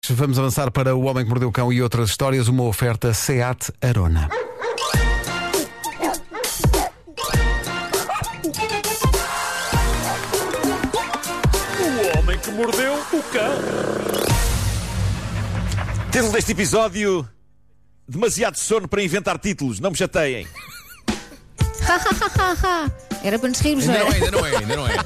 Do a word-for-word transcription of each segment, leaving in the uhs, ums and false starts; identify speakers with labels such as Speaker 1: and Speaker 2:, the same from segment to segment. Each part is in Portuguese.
Speaker 1: Vamos avançar para O Homem que Mordeu o Cão e outras histórias, uma oferta SEAT Arona.
Speaker 2: O Homem que Mordeu o Cão.
Speaker 3: Título deste episódio: demasiado sono para inventar títulos, não me chateiem.
Speaker 4: Era para nos rirmos, não
Speaker 5: Ainda
Speaker 4: era?
Speaker 5: não é, ainda não é, ainda não é.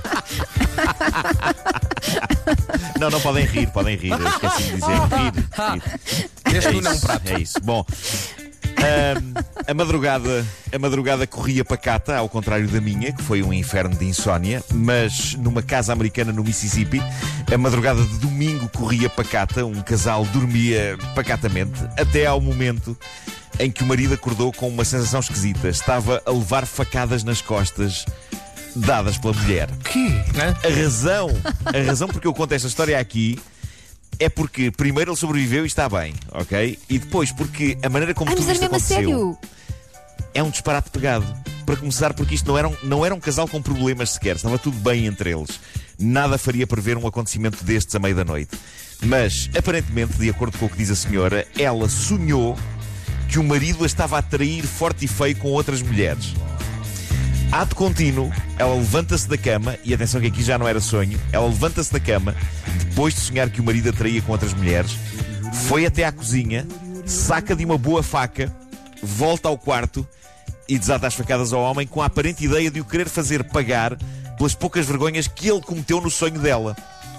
Speaker 3: Não, não podem rir, podem rir. Eu esqueci de dizer rir. rir.
Speaker 5: Este
Speaker 3: É
Speaker 5: não é um
Speaker 3: isso,
Speaker 5: prato.
Speaker 3: é isso. Bom, ahm, a madrugada, a madrugada corria pacata, ao contrário da minha, que foi um inferno de insónia, mas numa casa americana no Mississippi, a madrugada de domingo corria pacata, um casal dormia pacatamente, até ao momento em que o marido acordou com uma sensação esquisita. Estava a levar facadas nas costas dadas pela mulher.
Speaker 1: Que?
Speaker 3: A razão, a razão porque eu conto esta história aqui é porque primeiro ele sobreviveu e está bem, ok? E depois porque a maneira como
Speaker 4: Ai,
Speaker 3: tudo
Speaker 4: mas era
Speaker 3: isto
Speaker 4: mesmo a
Speaker 3: aconteceu
Speaker 4: sério?
Speaker 3: é um disparate pegado. Para começar, porque isto não era, um, não era um casal com problemas sequer, estava tudo bem entre eles. Nada faria prever um acontecimento destes à meia da noite. Mas, aparentemente, de acordo com o que diz a senhora, ela sonhou que o marido a estava a trair forte e feio com outras mulheres. Ato contínuo, ela levanta-se da cama, e atenção que aqui já não era sonho, ela levanta-se da cama, depois de sonhar que o marido a traía com outras mulheres, foi até à cozinha, saca de uma boa faca, volta ao quarto e desata as facadas ao homem com a aparente ideia de o querer fazer pagar pelas poucas vergonhas que ele cometeu no sonho dela.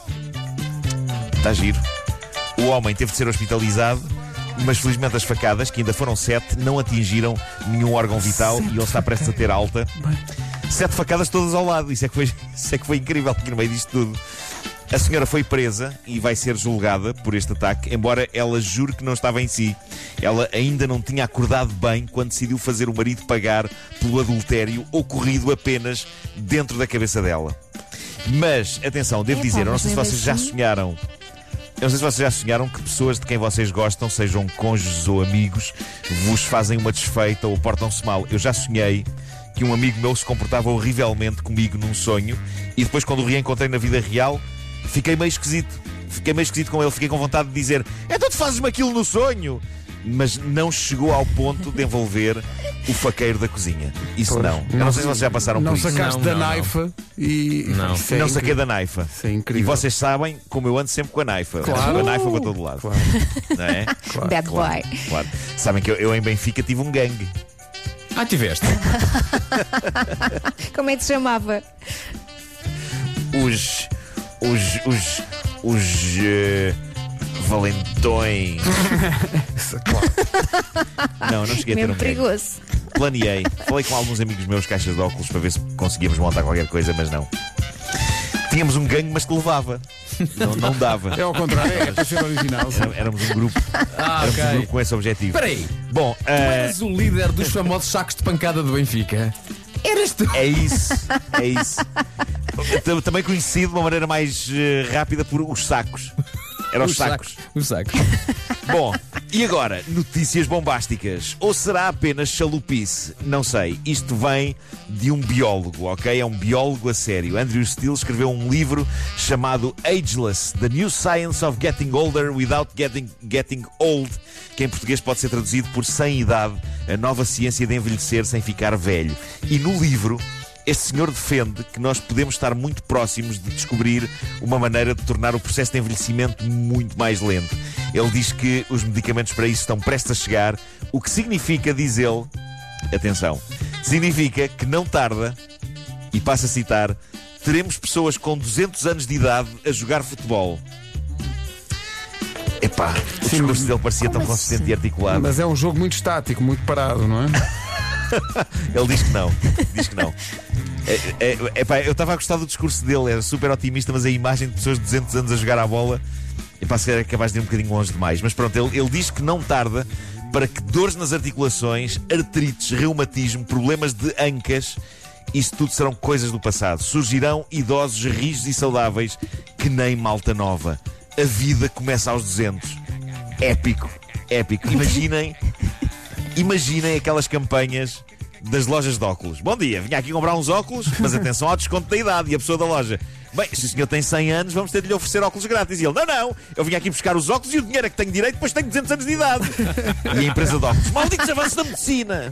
Speaker 3: Está giro. O homem teve de ser hospitalizado, mas felizmente as facadas, que ainda foram sete, não atingiram nenhum órgão vital e ele está prestes a ter alta. Sete facadas todas ao lado, isso é que foi, isso é que foi incrível aqui no meio disto tudo. A senhora foi presa e vai ser julgada por este ataque, embora ela jure que não estava em si. Ela ainda não tinha acordado bem quando decidiu fazer o marido pagar pelo adultério ocorrido apenas dentro da cabeça dela. Mas, atenção, devo
Speaker 4: Epá,
Speaker 3: dizer, eu não
Speaker 4: mas
Speaker 3: sei se
Speaker 4: mesmo
Speaker 3: vocês já
Speaker 4: assim?
Speaker 3: sonharam. Eu não sei se vocês já sonharam que pessoas de quem vocês gostam, sejam cônjuges ou amigos, vos fazem uma desfeita ou portam-se mal. Eu já sonhei que um amigo meu se comportava horrivelmente comigo num sonho e depois, quando o reencontrei na vida real, fiquei meio esquisito. Fiquei meio esquisito com ele, fiquei com vontade de dizer: então tu fazes-me aquilo no sonho! Mas não chegou ao ponto de envolver o faqueiro da cozinha. Isso
Speaker 1: Pois.
Speaker 3: não. Eu não sei se vocês já passaram
Speaker 1: Não
Speaker 3: por isso.
Speaker 1: sacaste
Speaker 5: Não,
Speaker 1: da
Speaker 5: não, não.
Speaker 1: naifa e.
Speaker 5: Não.
Speaker 1: Isso é
Speaker 3: Não saquei
Speaker 1: incrível.
Speaker 3: da naifa.
Speaker 1: Isso é
Speaker 3: E
Speaker 1: incrível.
Speaker 3: vocês sabem como eu ando sempre com a naifa.
Speaker 1: Claro.
Speaker 3: Com a naifa para todo lado.
Speaker 1: Claro,
Speaker 3: Não é?
Speaker 1: claro.
Speaker 4: Bad boy.
Speaker 3: Claro. Sabem que eu, eu em Benfica tive um gangue.
Speaker 5: Ah, tiveste?
Speaker 4: Como é que se chamava?
Speaker 3: Os. Os. Os. Os. eh, valentões.
Speaker 1: Isso, claro.
Speaker 3: Não, não cheguei a ter
Speaker 4: Mesmo
Speaker 3: um gangue.
Speaker 4: perigoso.
Speaker 3: Planeei. Falei com alguns amigos meus, caixas de óculos, para ver se conseguíamos montar qualquer coisa, mas não. Tínhamos um gangue, mas que levava. Não, não dava.
Speaker 1: É ao contrário, é para ser original. sim.
Speaker 3: Era- Éramos um grupo.
Speaker 5: Ah,
Speaker 3: Éramos um
Speaker 5: ok.
Speaker 3: grupo com esse objetivo.
Speaker 5: Espera aí,
Speaker 3: Bom,
Speaker 5: tu
Speaker 3: eh,
Speaker 5: eras o líder dos famosos sacos de pancada do Benfica? Eras tu?
Speaker 3: é isso. É isso. T- Também conhecido de uma maneira mais eh, rápida por os sacos. Eram os sacos.
Speaker 5: Os sacos.
Speaker 3: Bom, e agora, notícias bombásticas. Ou será apenas chalupice? Não sei. Isto vem de um biólogo, ok? É um biólogo a sério. Andrew Steele escreveu um livro chamado Ageless: The New Science of Getting Older Without Getting, getting Old, que em português pode ser traduzido por Sem Idade, a nova ciência de envelhecer sem ficar velho. E no livro, este senhor defende que nós podemos estar muito próximos de descobrir uma maneira de tornar o processo de envelhecimento muito mais lento. Ele diz que os medicamentos para isso estão prestes a chegar, o que significa, diz ele, atenção, significa que não tarda, e passo a citar, teremos pessoas com duzentos anos de idade a jogar futebol. Epá, o
Speaker 1: Sim,
Speaker 3: discurso
Speaker 1: mas-
Speaker 3: dele parecia tão
Speaker 4: Como
Speaker 3: consistente
Speaker 4: assim?
Speaker 3: e articulado.
Speaker 1: Mas é um jogo muito estático, muito parado, não é?
Speaker 3: Ele diz que não. Diz que não. É, é, é, pá, eu estava a gostar do discurso dele, era super otimista, mas a imagem de pessoas de duzentos anos a jogar à bola, é para ser capaz de ir um bocadinho longe demais. Mas pronto, ele, ele diz que não tarda para que dores nas articulações, artrites, reumatismo, problemas de ancas, isso tudo serão coisas do passado. Surgirão idosos rijos e saudáveis que nem malta nova. A vida começa aos duzentos. Épico, épico. Imaginem, imaginem aquelas campanhas das lojas de óculos. Bom dia, vim aqui comprar uns óculos, mas atenção ao desconto da idade. E a pessoa da loja: bem, se o senhor tem cem anos, vamos ter de lhe oferecer óculos grátis. E ele: não, não, eu vim aqui buscar os óculos e o dinheiro é que tenho direito, depois tenho duzentos anos de idade. E a empresa de óculos: malditos avanços da medicina.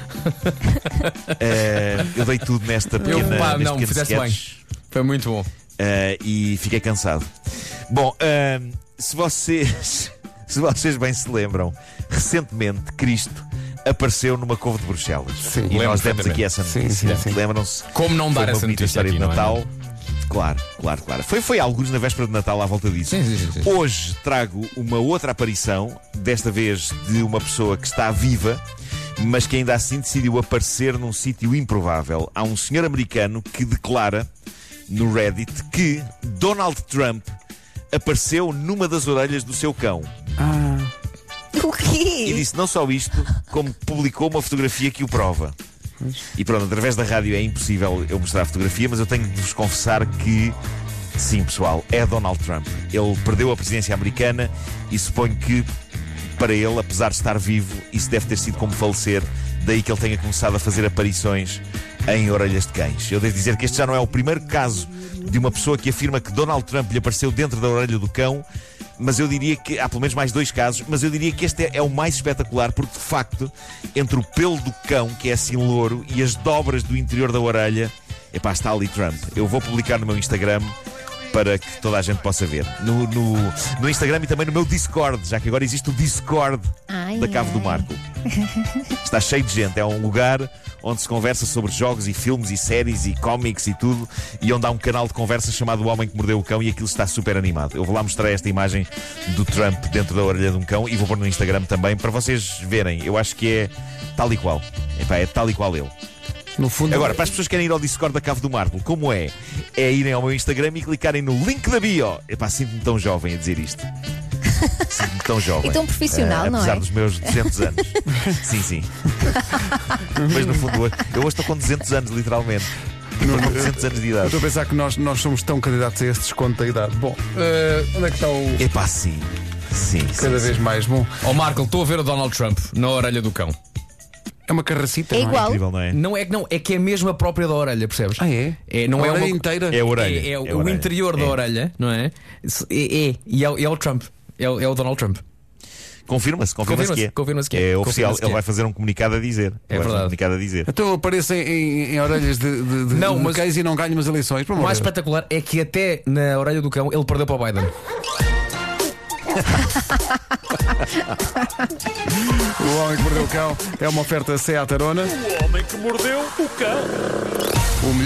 Speaker 3: uh, eu dei tudo nesta pequena,
Speaker 5: Eu, pá,
Speaker 3: neste
Speaker 5: não,
Speaker 3: pequeno
Speaker 5: fizeste
Speaker 3: sketch.
Speaker 5: bem. Foi muito bom.
Speaker 3: Uh, e fiquei cansado. Bom, uh, se vocês se vocês bem se lembram, recentemente Cristo apareceu numa couve de Bruxelas.
Speaker 1: Sim.
Speaker 3: E nós
Speaker 5: Lembro
Speaker 3: demos aqui essa
Speaker 1: Sim,
Speaker 3: notícia.
Speaker 1: sim, sim.
Speaker 3: Lembram-se?
Speaker 5: Como não dar
Speaker 3: Foi uma
Speaker 5: essa
Speaker 3: bonita
Speaker 5: notícia
Speaker 3: história
Speaker 5: aqui,
Speaker 3: de
Speaker 5: não é?
Speaker 3: Natal. Claro, claro, claro. Foi, foi alguns na véspera de Natal à volta disso.
Speaker 5: Sim, sim, sim, sim.
Speaker 3: Hoje trago uma outra aparição, desta vez de uma pessoa que está viva, mas que ainda assim decidiu aparecer num sítio improvável. Há um senhor americano que declara no Reddit que Donald Trump apareceu numa das orelhas do seu cão.
Speaker 1: Ah,
Speaker 4: O
Speaker 3: E
Speaker 4: quê?
Speaker 3: disse não só isto, como publicou uma fotografia que o prova. E pronto, através da rádio é impossível eu mostrar a fotografia, mas eu tenho de vos confessar que, sim, pessoal, é Donald Trump. Ele perdeu a presidência americana e suponho que, para ele, apesar de estar vivo, isso deve ter sido como falecer. Daí que ele tenha começado a fazer aparições em orelhas de cães. Eu devo dizer que este já não é o primeiro caso de uma pessoa que afirma que Donald Trump lhe apareceu dentro da orelha do cão, mas eu diria que há pelo menos mais dois casos, mas eu diria que este é, é o mais espetacular, porque de facto, entre o pelo do cão, que é assim louro, e as dobras do interior da orelha, epá, está ali Trump. Eu vou publicar no meu Instagram para que toda a gente possa ver. No, no, no Instagram e também no meu Discord, já que agora existe o Discord
Speaker 4: Ai,
Speaker 3: da Cave do
Speaker 4: ai.
Speaker 3: Marco. Está cheio de gente, é um lugar onde se conversa sobre jogos e filmes e séries e cómics e tudo, e onde há um canal de conversa chamado O Homem que Mordeu o Cão, e aquilo está super animado. Eu vou lá mostrar esta imagem do Trump dentro da orelha de um cão e vou pôr no Instagram também para vocês verem. Eu acho que é tal e qual. Epá, é tal e qual ele.
Speaker 1: no fundo.
Speaker 3: Agora, para as pessoas que querem ir ao Discord da Cave do Marco, como é? É irem ao meu Instagram e clicarem no link da bio. Epá, sinto-me tão jovem a dizer isto. Sinto-me tão jovem.
Speaker 4: E tão profissional,
Speaker 3: Eh,
Speaker 4: não
Speaker 3: apesar
Speaker 4: é?
Speaker 3: dos meus duzentos anos. Sim, sim. Mas no fundo, hoje- eu hoje estou com duzentos anos, literalmente. Estou com duzentos anos de
Speaker 1: Eu
Speaker 3: idade.
Speaker 1: estou a pensar que nós, nós somos tão candidatos a esse desconto da idade. Bom, eh, onde é que está o.
Speaker 3: Epá, sim. Sim, sim,
Speaker 1: Cada
Speaker 3: sim.
Speaker 1: vez mais bom.
Speaker 5: Ó Marco, estou a ver o Donald Trump na orelha do cão.
Speaker 1: É uma carracita,
Speaker 4: É
Speaker 1: não é?
Speaker 4: igual.
Speaker 3: Incrível, não é?
Speaker 5: Não é que não, é que é mesmo a própria da orelha, percebes?
Speaker 1: Ah, é?
Speaker 5: É, não
Speaker 1: a
Speaker 5: é
Speaker 1: orelha
Speaker 5: uma
Speaker 1: inteira?
Speaker 3: É a orelha.
Speaker 5: É, é
Speaker 3: É a
Speaker 5: o
Speaker 3: orelha.
Speaker 5: interior da
Speaker 3: É.
Speaker 5: orelha, não é? É, é, e é, o- é o Trump. É, o- é o Donald Trump.
Speaker 3: Confirma-se, confirma-se
Speaker 5: Confirma-se,
Speaker 3: que é.
Speaker 5: confirma-se que é.
Speaker 3: É oficial,
Speaker 5: Confirma-se que
Speaker 3: ele
Speaker 5: é.
Speaker 3: vai fazer um comunicado a dizer.
Speaker 5: É
Speaker 3: Ele vai fazer um
Speaker 5: verdade.
Speaker 3: comunicado a dizer.
Speaker 1: Então aparecem em, em orelhas de, de, de,
Speaker 5: Não,
Speaker 1: de
Speaker 5: mas-
Speaker 1: cães e não ganham as eleições. Pelo
Speaker 5: O
Speaker 1: amor
Speaker 5: mais
Speaker 1: de Deus.
Speaker 5: espetacular é que até na orelha do cão ele perdeu para o Biden.
Speaker 1: O Homem que Mordeu o Cão é uma oferta Seat Arona.
Speaker 2: O homem que mordeu o cão.
Speaker 1: O melhor